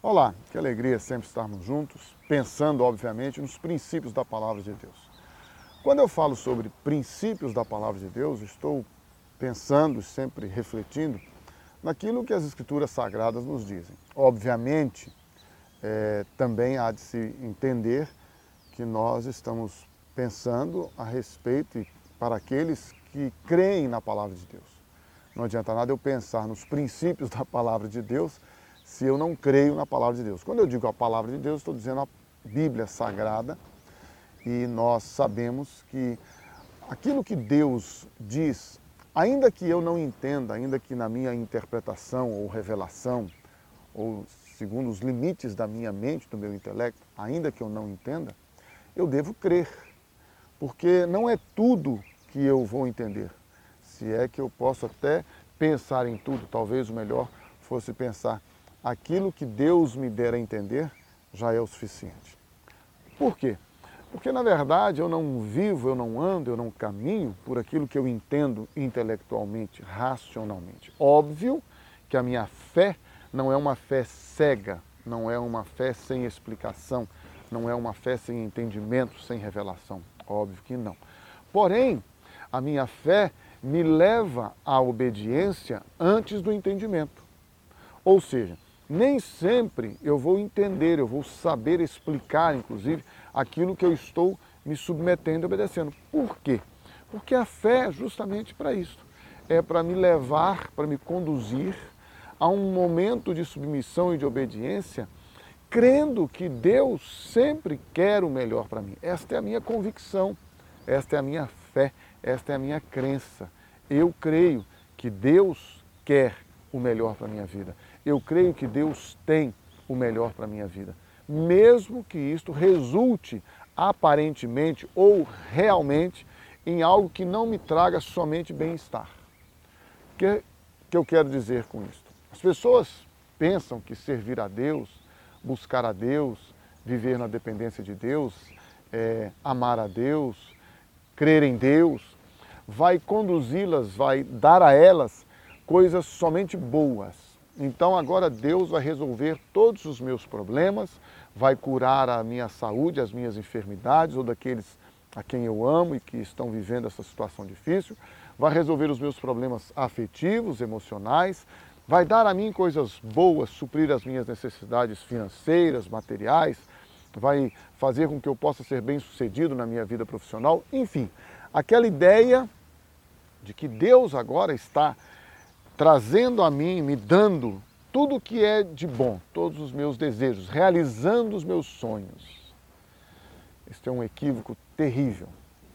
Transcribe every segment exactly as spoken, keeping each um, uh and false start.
Olá, que alegria sempre estarmos juntos, pensando, obviamente, nos princípios da Palavra de Deus. Quando eu falo sobre princípios da Palavra de Deus, estou pensando, sempre refletindo, naquilo que as Escrituras Sagradas nos dizem. Obviamente, é, também há de se entender que nós estamos pensando a respeito e para aqueles que creem na Palavra de Deus. Não adianta nada eu pensar nos princípios da Palavra de Deus se eu não creio na Palavra de Deus. Quando eu digo a Palavra de Deus, estou dizendo a Bíblia Sagrada, e nós sabemos que aquilo que Deus diz, ainda que eu não entenda, ainda que na minha interpretação ou revelação, ou segundo os limites da minha mente, do meu intelecto, ainda que eu não entenda, eu devo crer, porque não é tudo que eu vou entender. Se é que eu posso até pensar em tudo, talvez o melhor fosse pensar aquilo que Deus me der a entender já é o suficiente. Por quê? Porque, na verdade, eu não vivo, eu não ando, eu não caminho por aquilo que eu entendo intelectualmente, racionalmente. Óbvio que a minha fé não é uma fé cega, não é uma fé sem explicação, não é uma fé sem entendimento, sem revelação. Óbvio que não. Porém, a minha fé me leva à obediência antes do entendimento. Ou seja, nem sempre eu vou entender, eu vou saber explicar, inclusive, aquilo que eu estou me submetendo e obedecendo. Por quê? Porque a fé é justamente para isso. É para me levar, para me conduzir a um momento de submissão e de obediência, crendo que Deus sempre quer o melhor para mim. Esta é a minha convicção, esta é a minha fé, esta é a minha crença. Eu creio que Deus quer o melhor para a minha vida. Eu creio que Deus tem o melhor para a minha vida. Mesmo que isto resulte aparentemente ou realmente em algo que não me traga somente bem-estar. O que, que eu quero dizer com isto? As pessoas pensam que servir a Deus, buscar a Deus, viver na dependência de Deus, é, amar a Deus, crer em Deus, vai conduzi-las, vai dar a elas coisas somente boas. Então agora Deus vai resolver todos os meus problemas, vai curar a minha saúde, as minhas enfermidades ou daqueles a quem eu amo e que estão vivendo essa situação difícil, vai resolver os meus problemas afetivos, emocionais, vai dar a mim coisas boas, suprir as minhas necessidades financeiras, materiais, vai fazer com que eu possa ser bem-sucedido na minha vida profissional, enfim, aquela ideia de que Deus agora está trazendo a mim, me dando tudo o que é de bom, todos os meus desejos, realizando os meus sonhos. Este é um equívoco terrível.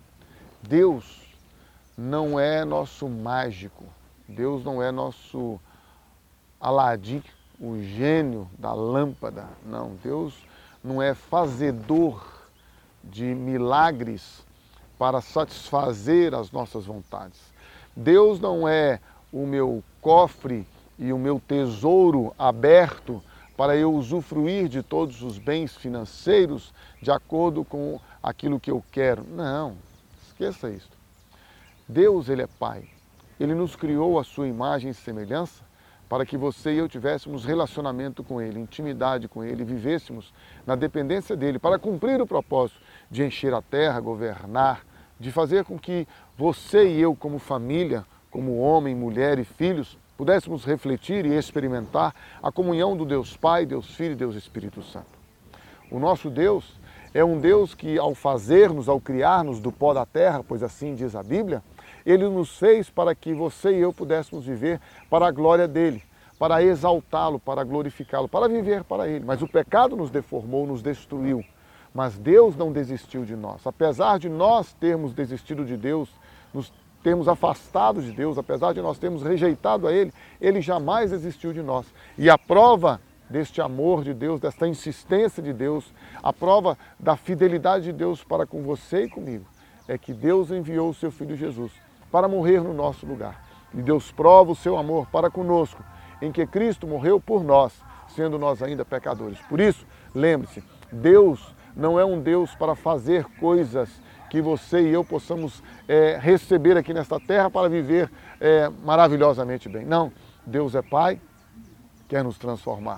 Deus não é nosso mágico, Deus não é nosso Aladim, o gênio da lâmpada. Não, Deus não é fazedor de milagres para satisfazer as nossas vontades. Deus não é o meu cofre e o meu tesouro aberto para eu usufruir de todos os bens financeiros de acordo com aquilo que eu quero. Não, esqueça isso. Deus, Ele é Pai. Ele nos criou a sua imagem e semelhança para que você e eu tivéssemos relacionamento com Ele, intimidade com Ele, vivêssemos na dependência dEle, para cumprir o propósito de encher a terra, governar, de fazer com que você e eu, como família, como homem, mulher e filhos, pudéssemos refletir e experimentar a comunhão do Deus Pai, Deus Filho e Deus Espírito Santo. O nosso Deus é um Deus que, ao fazer-nos, ao criar-nos do pó da terra, pois assim diz a Bíblia, Ele nos fez para que você e eu pudéssemos viver para a glória dEle, para exaltá-lo, para glorificá-lo, para viver para Ele. Mas o pecado nos deformou, nos destruiu. Mas Deus não desistiu de nós. Apesar de nós termos desistido de Deus, nos termos afastado de Deus, apesar de nós termos rejeitado a Ele, Ele jamais desistiu de nós. E a prova deste amor de Deus, desta insistência de Deus, a prova da fidelidade de Deus para com você e comigo, é que Deus enviou o seu Filho Jesus para morrer no nosso lugar. E Deus prova o seu amor para conosco, em que Cristo morreu por nós, sendo nós ainda pecadores. Por isso, lembre-se, Deus não é um Deus para fazer coisas que você e eu possamos é, receber aqui nesta terra para viver é, maravilhosamente bem. Não, Deus é Pai, quer nos transformar.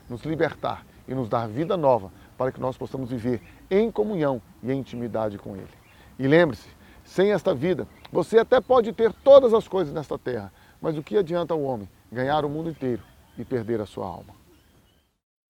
nos libertar e nos dar vida nova para que nós possamos viver em comunhão e em intimidade com Ele. E lembre-se, sem esta vida, você até pode ter todas as coisas nesta terra, mas o que adianta ao homem ganhar o mundo inteiro e perder a sua alma?